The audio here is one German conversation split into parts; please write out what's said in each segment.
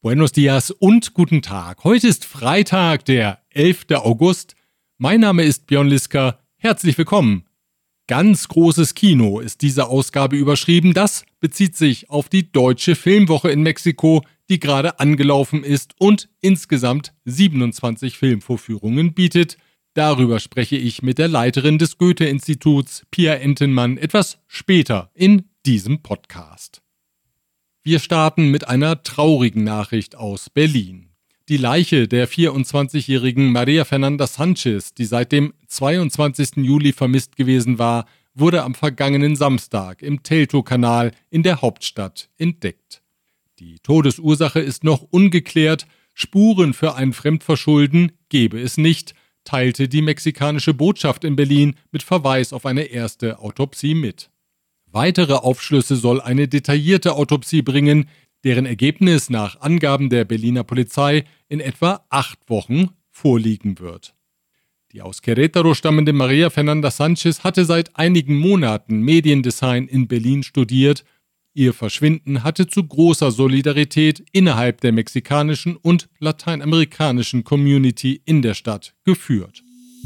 Buenos dias und guten Tag. Heute ist Freitag, der 11. August. Mein Name ist Björn Liska. Herzlich willkommen. Ganz großes Kino ist diese Ausgabe überschrieben. Das bezieht sich auf die Deutsche Filmwoche in Mexiko, die gerade angelaufen ist und insgesamt 27 Filmvorführungen bietet. Darüber spreche ich mit der Leiterin des Goethe-Instituts, Pia Entenmann, etwas später in diesem Podcast. Wir starten mit einer traurigen Nachricht aus Berlin. Die Leiche der 24-jährigen María Fernanda Sánchez, die seit dem 22. Juli vermisst gewesen war, wurde am vergangenen Samstag im Teltow-Kanal in der Hauptstadt entdeckt. Die Todesursache ist noch ungeklärt, Spuren für ein Fremdverschulden gebe es nicht, teilte die mexikanische Botschaft in Berlin mit Verweis auf eine erste Autopsie mit. Weitere Aufschlüsse soll eine detaillierte Autopsie bringen, deren Ergebnis nach Angaben der Berliner Polizei in etwa 8 Wochen vorliegen wird. Die aus Querétaro stammende María Fernanda Sánchez hatte seit einigen Monaten Mediendesign in Berlin studiert. Ihr Verschwinden hatte zu großer Solidarität innerhalb der mexikanischen und lateinamerikanischen Community in der Stadt geführt.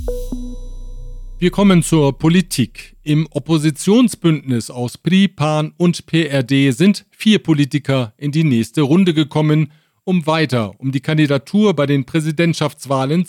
Wir kommen zur Politik. Im Oppositionsbündnis aus PRI, PAN und PRD sind 4 Politiker in die nächste Runde gekommen, um die Kandidatur bei den Präsidentschaftswahlen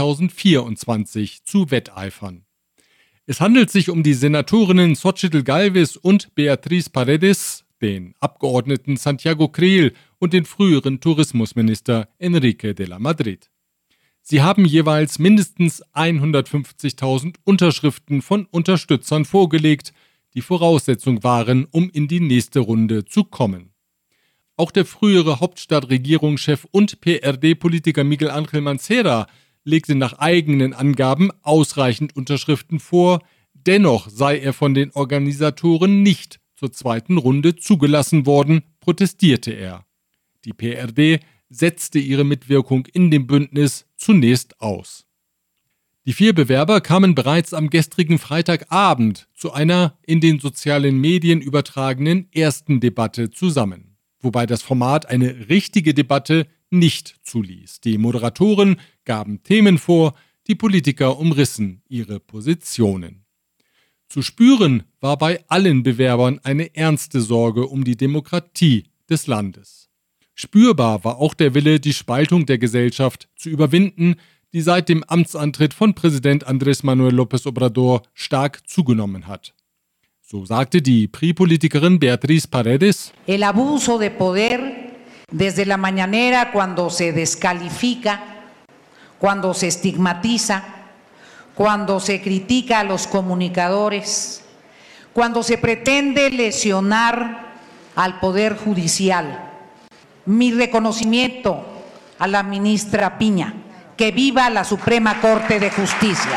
2024 zu wetteifern. Es handelt sich um die Senatorinnen Xochitl Gálvez und Beatriz Paredes, den Abgeordneten Santiago Creel und den früheren Tourismusminister Enrique de la Madrid. Sie haben jeweils mindestens 150.000 Unterschriften von Unterstützern vorgelegt, die Voraussetzung waren, um in die nächste Runde zu kommen. Auch der frühere Hauptstadtregierungschef und PRD-Politiker Miguel Ángel Mancera legte nach eigenen Angaben ausreichend Unterschriften vor, dennoch sei er von den Organisatoren nicht zur zweiten Runde zugelassen worden, protestierte er. Die PRD setzte ihre Mitwirkung in dem Bündnis zunächst aus. Die 4 Bewerber kamen bereits am gestrigen Freitagabend zu einer in den sozialen Medien übertragenen ersten Debatte zusammen, wobei das Format eine richtige Debatte nicht zuließ. Die Moderatoren gaben Themen vor, die Politiker umrissen ihre Positionen. Zu spüren war bei allen Bewerbern eine ernste Sorge um die Demokratie des Landes. Spürbar war auch der Wille, die Spaltung der Gesellschaft zu überwinden, die seit dem Amtsantritt von Präsident Andrés Manuel López Obrador stark zugenommen hat. So sagte die PRI-Politikerin Beatriz Paredes: El abuso de poder desde la mañanera cuando se descalifica, cuando se estigmatiza, cuando se critica a los comunicadores, cuando se pretende lesionar al Poder Judicial. Mi reconocimiento a la ministra Piña. Que viva la Suprema Corte de Justicia.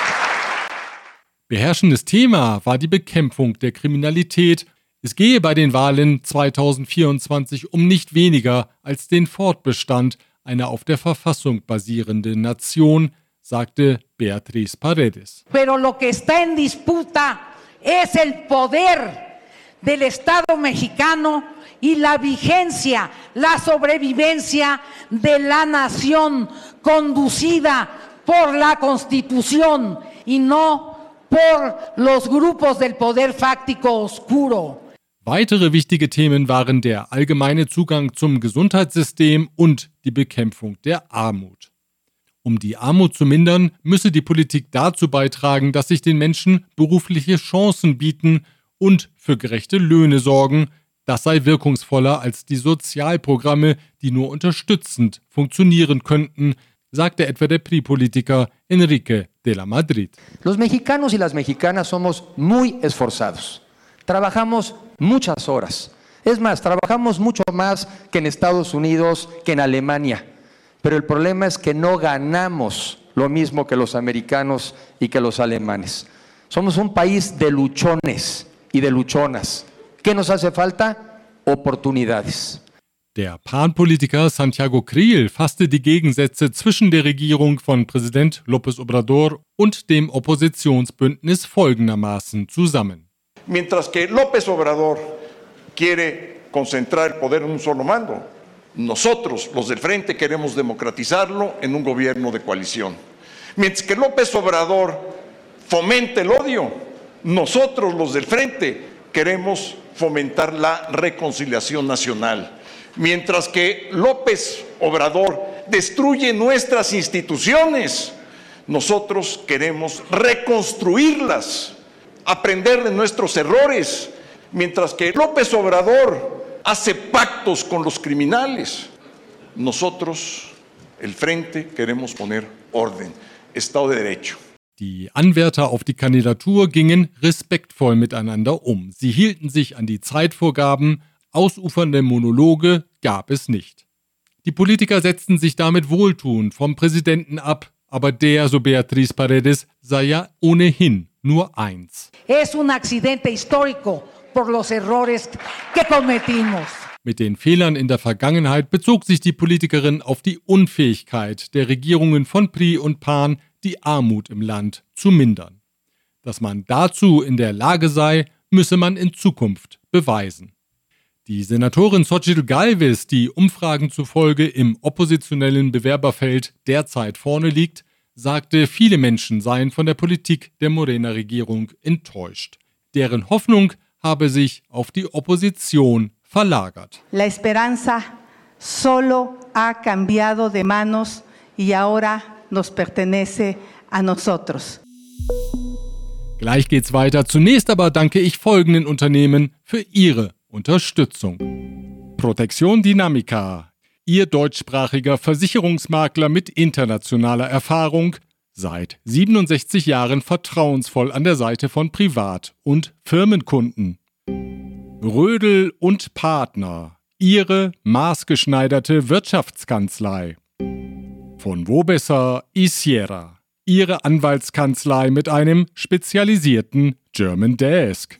Beherrschendes Thema war die Bekämpfung der Kriminalität. Es gehe bei den Wahlen 2024 um nicht weniger als den Fortbestand einer auf der Verfassung basierenden Nation, sagte Beatriz Paredes. Pero lo que está en disputa es el poder del Estado mexicano y la vigencia, la sobrevivencia de la nación conducida por la Constitución y no por los grupos del poder fáctico oscuro. Weitere wichtige Themen waren der allgemeine Zugang zum Gesundheitssystem und die Bekämpfung der Armut. Um die Armut zu mindern, müsse die Politik dazu beitragen, dass sich den Menschen berufliche Chancen bieten und für gerechte Löhne sorgen. Das sei wirkungsvoller als die Sozialprogramme, die nur unterstützend funktionieren könnten, sagte etwa der PRI-Politiker Enrique de la Madrid. Los mexicanos y las mexicanas somos muy esforzados. Trabajamos muchas horas. Es más, trabajamos mucho más que en Estados Unidos, que en Alemania. Pero el problema es que no ganamos lo mismo que los americanos y que los alemanes. Somos un país de luchones y de luchonas. ¿Qué nos hace falta? Oportunidades. Der PAN-Politiker Santiago Creel fasste die Gegensätze zwischen der Regierung von Präsident López Obrador und dem Oppositionsbündnis folgendermaßen zusammen. Mientras que López Obrador quiere concentrar el poder en un solo mando, Nosotros, los del Frente, queremos democratizarlo en un gobierno de coalición. Mientras que López Obrador fomente el odio, nosotros, los del Frente, queremos fomentar la reconciliación nacional. Mientras que López Obrador destruye nuestras instituciones, nosotros queremos reconstruirlas, aprender de nuestros errores. Mientras que López Obrador hace pactos con los criminales, nosotros, el Frente, queremos poner orden, Estado de Derecho. Die Anwärter auf die Kandidatur gingen respektvoll miteinander um. Sie hielten sich an die Zeitvorgaben, ausufernde Monologe gab es nicht. Die Politiker setzten sich damit wohltuend vom Präsidenten ab, aber der, so Beatriz Paredes, sei ja ohnehin nur eins. Es un accidente histórico por los errores que cometimos. Mit den Fehlern in der Vergangenheit bezog sich die Politikerin auf die Unfähigkeit der Regierungen von PRI und PAN, die Armut im Land zu mindern. Dass man dazu in der Lage sei, müsse man in Zukunft beweisen. Die Senatorin Xochitl Gálvez, die Umfragen zufolge im oppositionellen Bewerberfeld derzeit vorne liegt, sagte, viele Menschen seien von der Politik der Morena-Regierung enttäuscht. Deren Hoffnung habe sich auf die Opposition verlagert. La esperanza solo ha cambiado de manos y ahora nos pertenece a nosotros. Gleich geht's weiter. Zunächst aber danke ich folgenden Unternehmen für ihre Unterstützung. Protección Dinámica, Ihr deutschsprachiger Versicherungsmakler mit internationaler Erfahrung, seit 67 Jahren vertrauensvoll an der Seite von Privat- und Firmenkunden. Rödel und Partner, Ihre maßgeschneiderte Wirtschaftskanzlei. Von Wobesser y Sierra, Ihre Anwaltskanzlei mit einem spezialisierten German Desk.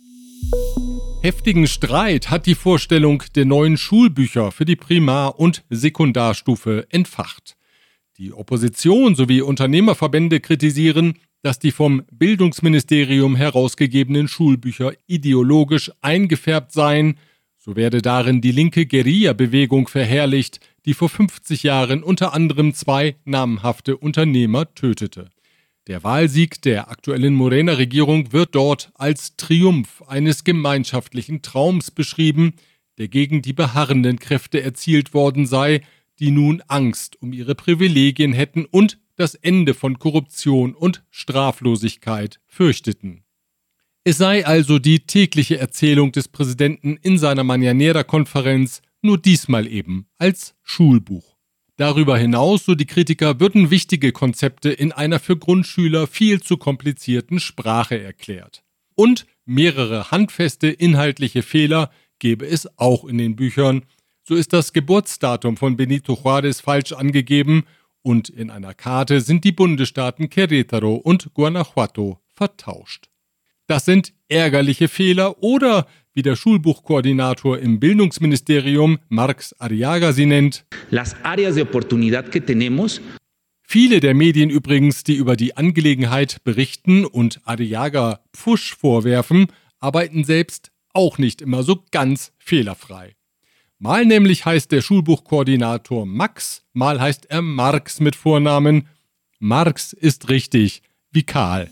Heftigen Streit hat die Vorstellung der neuen Schulbücher für die Primar- und Sekundarstufe entfacht. Die Opposition sowie Unternehmerverbände kritisieren, dass die vom Bildungsministerium herausgegebenen Schulbücher ideologisch eingefärbt seien. So werde darin die linke Guerilla-Bewegung verherrlicht, die vor 50 Jahren unter anderem 2 namhafte Unternehmer tötete. Der Wahlsieg der aktuellen Morena-Regierung wird dort als Triumph eines gemeinschaftlichen Traums beschrieben, der gegen die beharrenden Kräfte erzielt worden sei, die nun Angst um ihre Privilegien hätten und das Ende von Korruption und Straflosigkeit fürchteten. Es sei also die tägliche Erzählung des Präsidenten in seiner Mañanera-Konferenz, nur diesmal eben als Schulbuch. Darüber hinaus, so die Kritiker, würden wichtige Konzepte in einer für Grundschüler viel zu komplizierten Sprache erklärt. Und mehrere handfeste inhaltliche Fehler gäbe es auch in den Büchern. So ist das Geburtsdatum von Benito Juárez falsch angegeben und in einer Karte sind die Bundesstaaten Querétaro und Guanajuato vertauscht. Das sind ärgerliche Fehler oder, wie der Schulbuchkoordinator im Bildungsministerium Marx Arriaga sie nennt, las áreas de oportunidad que tenemos. Viele der Medien übrigens, die über die Angelegenheit berichten und Arriaga Pfusch vorwerfen, arbeiten selbst auch nicht immer so ganz fehlerfrei. Mal nämlich heißt der Schulbuchkoordinator Max, mal heißt er Marx mit Vornamen. Marx ist richtig, wie Karl.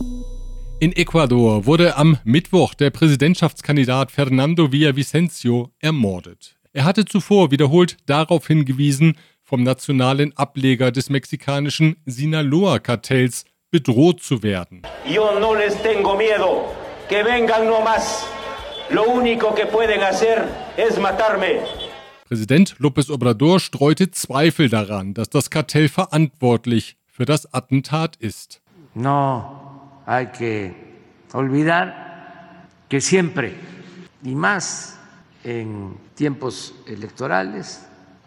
In Ecuador wurde am Mittwoch der Präsidentschaftskandidat Fernando Villavicencio ermordet. Er hatte zuvor wiederholt darauf hingewiesen, vom nationalen Ableger des mexikanischen Sinaloa-Kartells bedroht zu werden. Yo no les tengo miedo, que vengan no más. Lo único que pueden hacer es matarme. Präsident López Obrador streute Zweifel daran, dass das Kartell verantwortlich für das Attentat ist. No hay que olvidar que siempre, y más en tiempos electorales,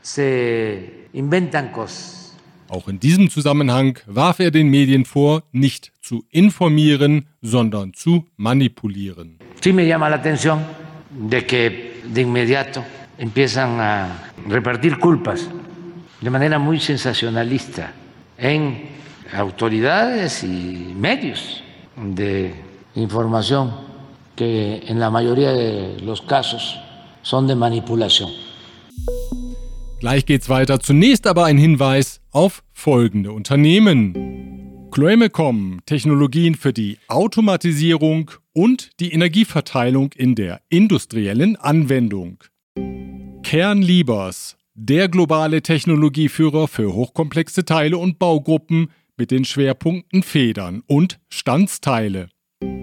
se inventan cosas. Auch in diesem Zusammenhang warf er den Medien vor, nicht zu informieren, sondern zu manipulieren. Sí me llama la atención de que de inmediato empiezan a repartir culpas de manera muy sensacionalista en autoridades y medios de información que en la mayoría de los casos son de manipulación. Gleich geht's weiter. Zunächst aber ein Hinweis auf folgende Unternehmen. Chloemecom, Technologien für die Automatisierung und die Energieverteilung in der industriellen Anwendung. Kernliebers, der globale Technologieführer für hochkomplexe Teile und Baugruppen mit den Schwerpunkten Federn und Standsteile.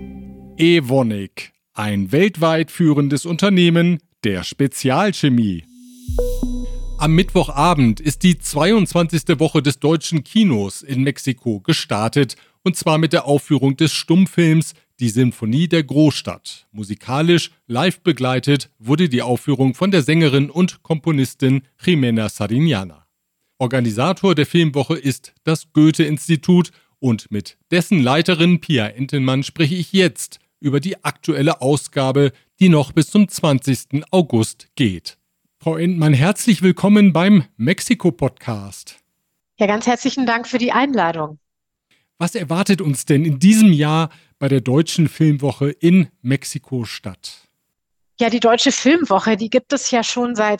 Evonik, ein weltweit führendes Unternehmen der Spezialchemie. Am Mittwochabend ist die 22. Woche des deutschen Kinos in Mexiko gestartet, und zwar mit der Aufführung des Stummfilms Die Sinfonie der Großstadt. Musikalisch live begleitet wurde die Aufführung von der Sängerin und Komponistin Jimena Sariñana. Organisator der Filmwoche ist das Goethe-Institut, und mit dessen Leiterin Pia Entenmann spreche ich jetzt über die aktuelle Ausgabe, die noch bis zum 20. August geht. Frau Entmann, herzlich willkommen beim Mexiko-Podcast. Ja, ganz herzlichen Dank für die Einladung. Was erwartet uns denn in diesem Jahr bei der Deutschen Filmwoche in Mexiko-Stadt? Ja, die Deutsche Filmwoche, die gibt es ja schon seit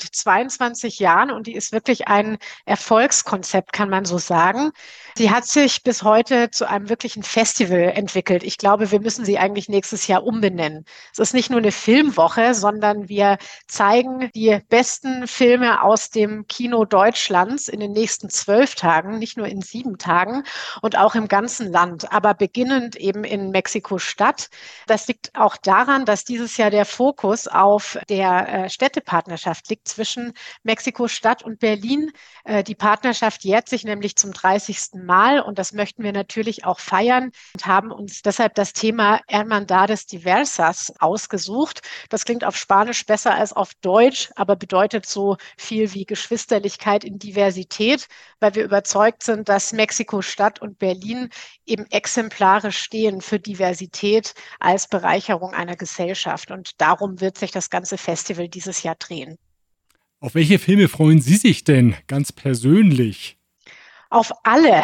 22 Jahren und die ist wirklich ein Erfolgskonzept, kann man so sagen. Sie hat sich bis heute zu einem wirklichen Festival entwickelt. Ich glaube, wir müssen sie eigentlich nächstes Jahr umbenennen. Es ist nicht nur eine Filmwoche, sondern wir zeigen die besten Filme aus dem Kino Deutschlands in den nächsten 12 Tagen, nicht nur in 7 Tagen und auch im ganzen Land, aber beginnend eben in Mexiko-Stadt. Das liegt auch daran, dass dieses Jahr der Fokus auf der Städtepartnerschaft liegt zwischen Mexiko-Stadt und Berlin. Die Partnerschaft jährt sich nämlich zum 30. Mal und das möchten wir natürlich auch feiern und haben uns deshalb das Thema Hermandades Diversas ausgesucht. Das klingt auf Spanisch besser als auf Deutsch, aber bedeutet so viel wie Geschwisterlichkeit in Diversität, weil wir überzeugt sind, dass Mexiko-Stadt und Berlin eben exemplarisch stehen für Diversität als Bereicherung einer Gesellschaft. Und darum wird sich das ganze Festival dieses Jahr drehen. Auf welche Filme freuen Sie sich denn ganz persönlich? Auf alle.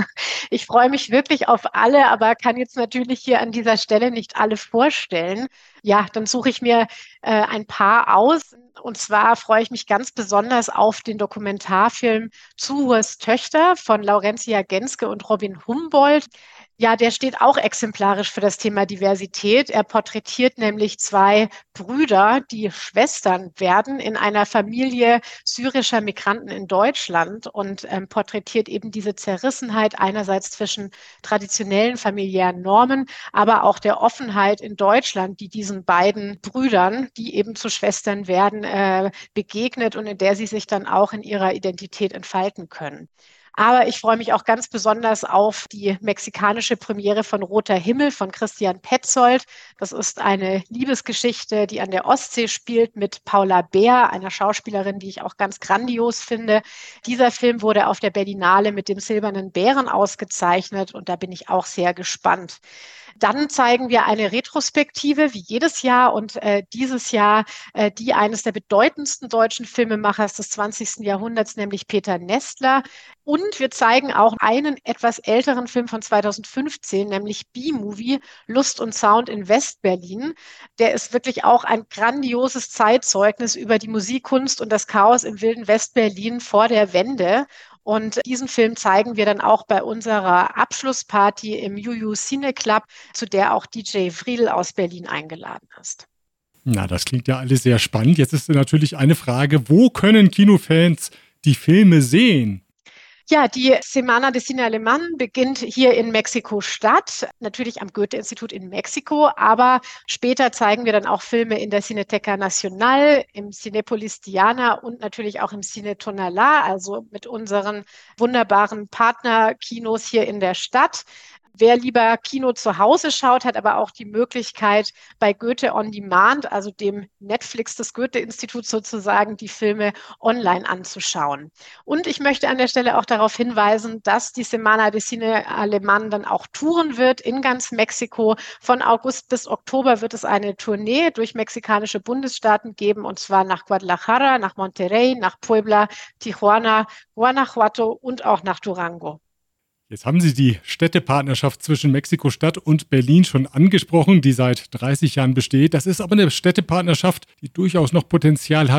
Ich freue mich wirklich auf alle, aber kann jetzt natürlich hier an dieser Stelle nicht alle vorstellen. Ja, dann suche ich mir ein paar aus. Und zwar freue ich mich ganz besonders auf den Dokumentarfilm Zuhurs Töchter von Laurentia Genske und Robin Humboldt. Ja, der steht auch exemplarisch für das Thema Diversität. Er porträtiert nämlich 2 Brüder, die Schwestern werden in einer Familie syrischer Migranten in Deutschland und porträtiert eben diese Zerrissenheit einerseits zwischen traditionellen familiären Normen, aber auch der Offenheit in Deutschland, die diesen beiden Brüdern, die eben zu Schwestern werden, begegnet und in der sie sich dann auch in ihrer Identität entfalten können. Aber ich freue mich auch ganz besonders auf die mexikanische Premiere von Roter Himmel von Christian Petzold. Das ist eine Liebesgeschichte, die an der Ostsee spielt mit Paula Beer, einer Schauspielerin, die ich auch ganz grandios finde. Dieser Film wurde auf der Berlinale mit dem Silbernen Bären ausgezeichnet und da bin ich auch sehr gespannt. Dann zeigen wir eine Retrospektive, wie jedes Jahr und dieses Jahr die eines der bedeutendsten deutschen Filmemachers des 20. Jahrhunderts, nämlich Peter Nestler. Und wir zeigen auch einen etwas älteren Film von 2015, nämlich B-Movie, Lust und Sound in Westberlin. Der ist wirklich auch ein grandioses Zeitzeugnis über die Musikkunst und das Chaos im wilden Westberlin vor der Wende. Und diesen Film zeigen wir dann auch bei unserer Abschlussparty im Juju Cine Club, zu der auch DJ Friedl aus Berlin eingeladen ist. Na, das klingt ja alles sehr spannend. Jetzt ist natürlich eine Frage, wo können Kinofans die Filme sehen? Ja, die Semana de Cine Alemán beginnt hier in Mexiko-Stadt, natürlich am Goethe-Institut in Mexiko, aber später zeigen wir dann auch Filme in der Cineteca Nacional, im Cinépolis Diana und natürlich auch im Cine Tonalá, also mit unseren wunderbaren Partnerkinos hier in der Stadt. Wer lieber Kino zu Hause schaut, hat aber auch die Möglichkeit, bei Goethe On Demand, also dem Netflix des Goethe-Instituts sozusagen, die Filme online anzuschauen. Und ich möchte an der Stelle auch darauf hinweisen, dass die Semana de Cine Alemán dann auch touren wird in ganz Mexiko. Von August bis Oktober wird es eine Tournee durch mexikanische Bundesstaaten geben, und zwar nach Guadalajara, nach Monterrey, nach Puebla, Tijuana, Guanajuato und auch nach Durango. Jetzt haben Sie die Städtepartnerschaft zwischen Mexiko-Stadt und Berlin schon angesprochen, die seit 30 Jahren besteht. Das ist aber eine Städtepartnerschaft, die durchaus noch Potenzial hat,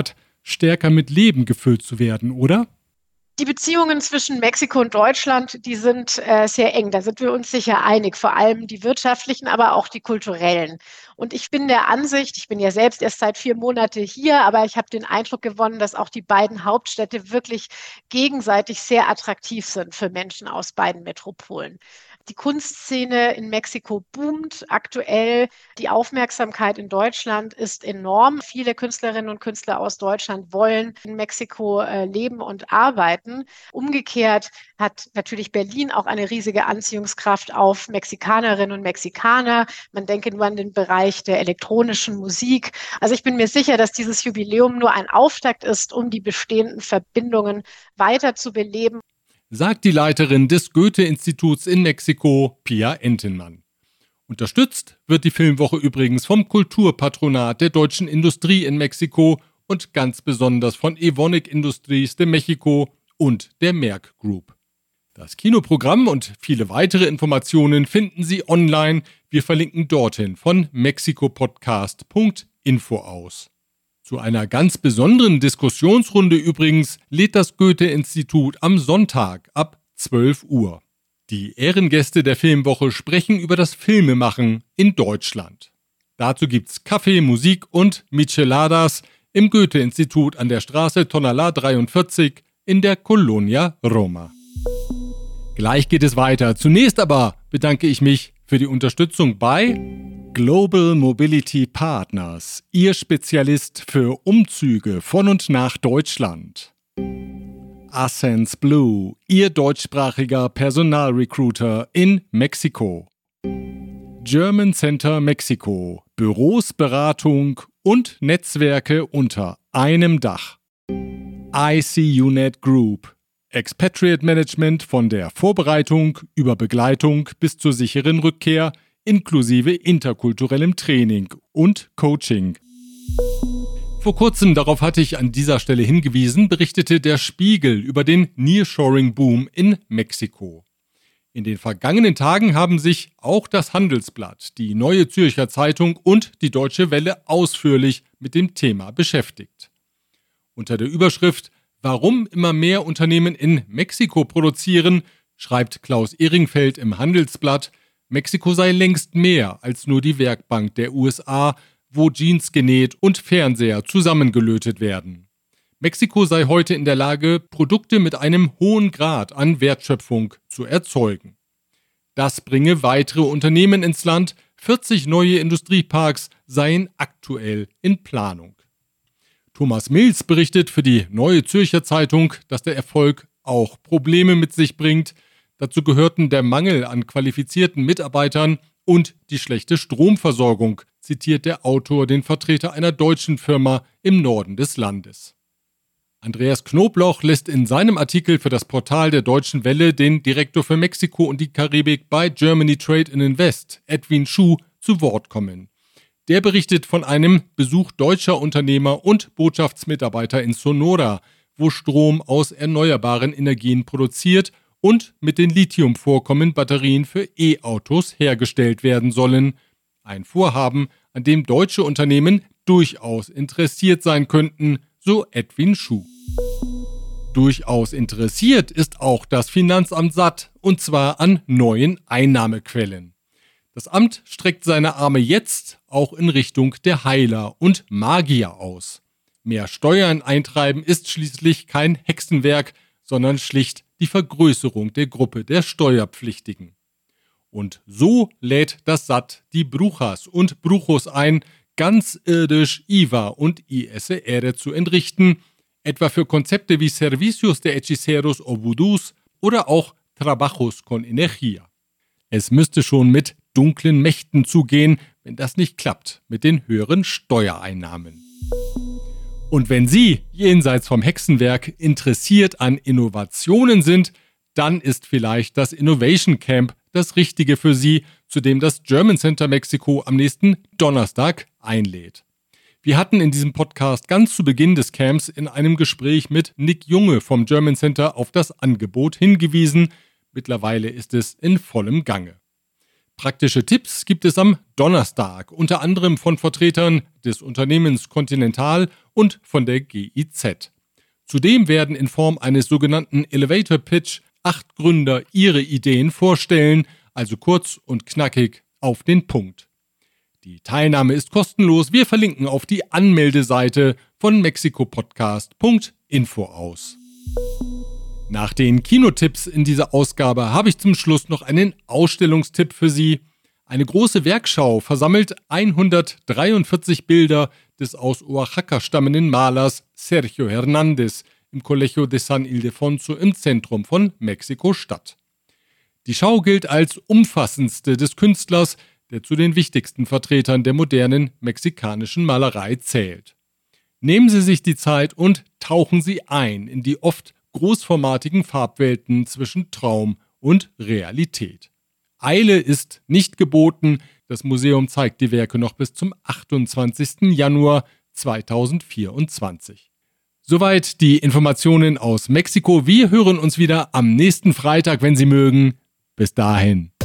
stärker mit Leben gefüllt zu werden, oder? Die Beziehungen zwischen Mexiko und Deutschland, die sind sehr eng. Da sind wir uns sicher einig, vor allem die wirtschaftlichen, aber auch die kulturellen. Und ich bin der Ansicht, ich bin ja selbst erst seit 4 Monaten hier, aber ich habe den Eindruck gewonnen, dass auch die beiden Hauptstädte wirklich gegenseitig sehr attraktiv sind für Menschen aus beiden Metropolen. Die Kunstszene in Mexiko boomt aktuell. Die Aufmerksamkeit in Deutschland ist enorm. Viele Künstlerinnen und Künstler aus Deutschland wollen in Mexiko leben und arbeiten. Umgekehrt hat natürlich Berlin auch eine riesige Anziehungskraft auf Mexikanerinnen und Mexikaner. Man denke nur an den Bereich der elektronischen Musik. Also ich bin mir sicher, dass dieses Jubiläum nur ein Auftakt ist, um die bestehenden Verbindungen weiter zu beleben. Sagt die Leiterin des Goethe-Instituts in Mexiko, Pia Entenmann. Unterstützt wird die Filmwoche übrigens vom Kulturpatronat der deutschen Industrie in Mexiko und ganz besonders von Evonik Industries de Mexico und der Merck Group. Das Kinoprogramm und viele weitere Informationen finden Sie online. Wir verlinken dorthin von mexikopodcast.info aus. Zu einer ganz besonderen Diskussionsrunde übrigens lädt das Goethe-Institut am Sonntag ab 12 Uhr. Die Ehrengäste der Filmwoche sprechen über das Filmemachen in Deutschland. Dazu gibt's Kaffee, Musik und Micheladas im Goethe-Institut an der Straße Tonalá 43 in der Colonia Roma. Gleich geht es weiter. Zunächst aber bedanke ich mich für die Unterstützung bei Global Mobility Partners, Ihr Spezialist für Umzüge von und nach Deutschland. Ascens Blue, Ihr deutschsprachiger Personalrecruiter in Mexiko. German Center Mexiko, Büros, Beratung und Netzwerke unter einem Dach. ICUNet Group, Expatriate Management von der Vorbereitung über Begleitung bis zur sicheren Rückkehr, inklusive interkulturellem Training und Coaching. Vor kurzem, darauf hatte ich an dieser Stelle hingewiesen, berichtete der Spiegel über den Nearshoring-Boom in Mexiko. In den vergangenen Tagen haben sich auch das Handelsblatt, die Neue Zürcher Zeitung und die Deutsche Welle ausführlich mit dem Thema beschäftigt. Unter der Überschrift »Warum immer mehr Unternehmen in Mexiko produzieren«, schreibt Klaus Ehringfeld im Handelsblatt, Mexiko sei längst mehr als nur die Werkbank der USA, wo Jeans genäht und Fernseher zusammengelötet werden. Mexiko sei heute in der Lage, Produkte mit einem hohen Grad an Wertschöpfung zu erzeugen. Das bringe weitere Unternehmen ins Land, 40 neue Industrieparks seien aktuell in Planung. Thomas Mills berichtet für die Neue Zürcher Zeitung, dass der Erfolg auch Probleme mit sich bringt. Dazu gehörten der Mangel an qualifizierten Mitarbeitern und die schlechte Stromversorgung, zitiert der Autor den Vertreter einer deutschen Firma im Norden des Landes. Andreas Knobloch lässt in seinem Artikel für das Portal der Deutschen Welle den Direktor für Mexiko und die Karibik bei Germany Trade and Invest, Edwin Schuh, zu Wort kommen. Der berichtet von einem Besuch deutscher Unternehmer und Botschaftsmitarbeiter in Sonora, wo Strom aus erneuerbaren Energien produziert und mit den Lithiumvorkommen Batterien für E-Autos hergestellt werden sollen. Ein Vorhaben, an dem deutsche Unternehmen durchaus interessiert sein könnten, so Edwin Schuh. Durchaus interessiert ist auch das Finanzamt satt, und zwar an neuen Einnahmequellen. Das Amt streckt seine Arme jetzt auch in Richtung der Heiler und Magier aus. Mehr Steuern eintreiben ist schließlich kein Hexenwerk, sondern schlicht die Vergrößerung der Gruppe der Steuerpflichtigen. Und so lädt das SAT die Brujas und Brujos ein, ganz irdisch IVA und ISR zu entrichten, etwa für Konzepte wie Servicios de Hechiceros o Vudús oder auch Trabajos con Energía. Es müsste schon mit dunklen Mächten zugehen, wenn das nicht klappt mit den höheren Steuereinnahmen. Und wenn Sie jenseits vom Hexenwerk interessiert an Innovationen sind, dann ist vielleicht das Innovation Camp das Richtige für Sie, zu dem das German Center Mexiko am nächsten Donnerstag einlädt. Wir hatten in diesem Podcast ganz zu Beginn des Camps in einem Gespräch mit Nick Junge vom German Center auf das Angebot hingewiesen. Mittlerweile ist es in vollem Gange. Praktische Tipps gibt es am Donnerstag, unter anderem von Vertretern des Unternehmens Continental und von der GIZ. Zudem werden in Form eines sogenannten Elevator Pitch 8 Gründer ihre Ideen vorstellen, also kurz und knackig auf den Punkt. Die Teilnahme ist kostenlos. Wir verlinken auf die Anmeldeseite von mexikopodcast.info aus. Nach den Kinotipps in dieser Ausgabe habe ich zum Schluss noch einen Ausstellungstipp für Sie. Eine große Werkschau versammelt 143 Bilder des aus Oaxaca stammenden Malers Sergio Hernández im Colegio de San Ildefonso im Zentrum von Mexiko-Stadt. Die Schau gilt als umfassendste des Künstlers, der zu den wichtigsten Vertretern der modernen mexikanischen Malerei zählt. Nehmen Sie sich die Zeit und tauchen Sie ein in die oft großformatigen Farbwelten zwischen Traum und Realität. Eile ist nicht geboten, das Museum zeigt die Werke noch bis zum 28. Januar 2024. Soweit die Informationen aus Mexiko. Wir hören uns wieder am nächsten Freitag, wenn Sie mögen. Bis dahin.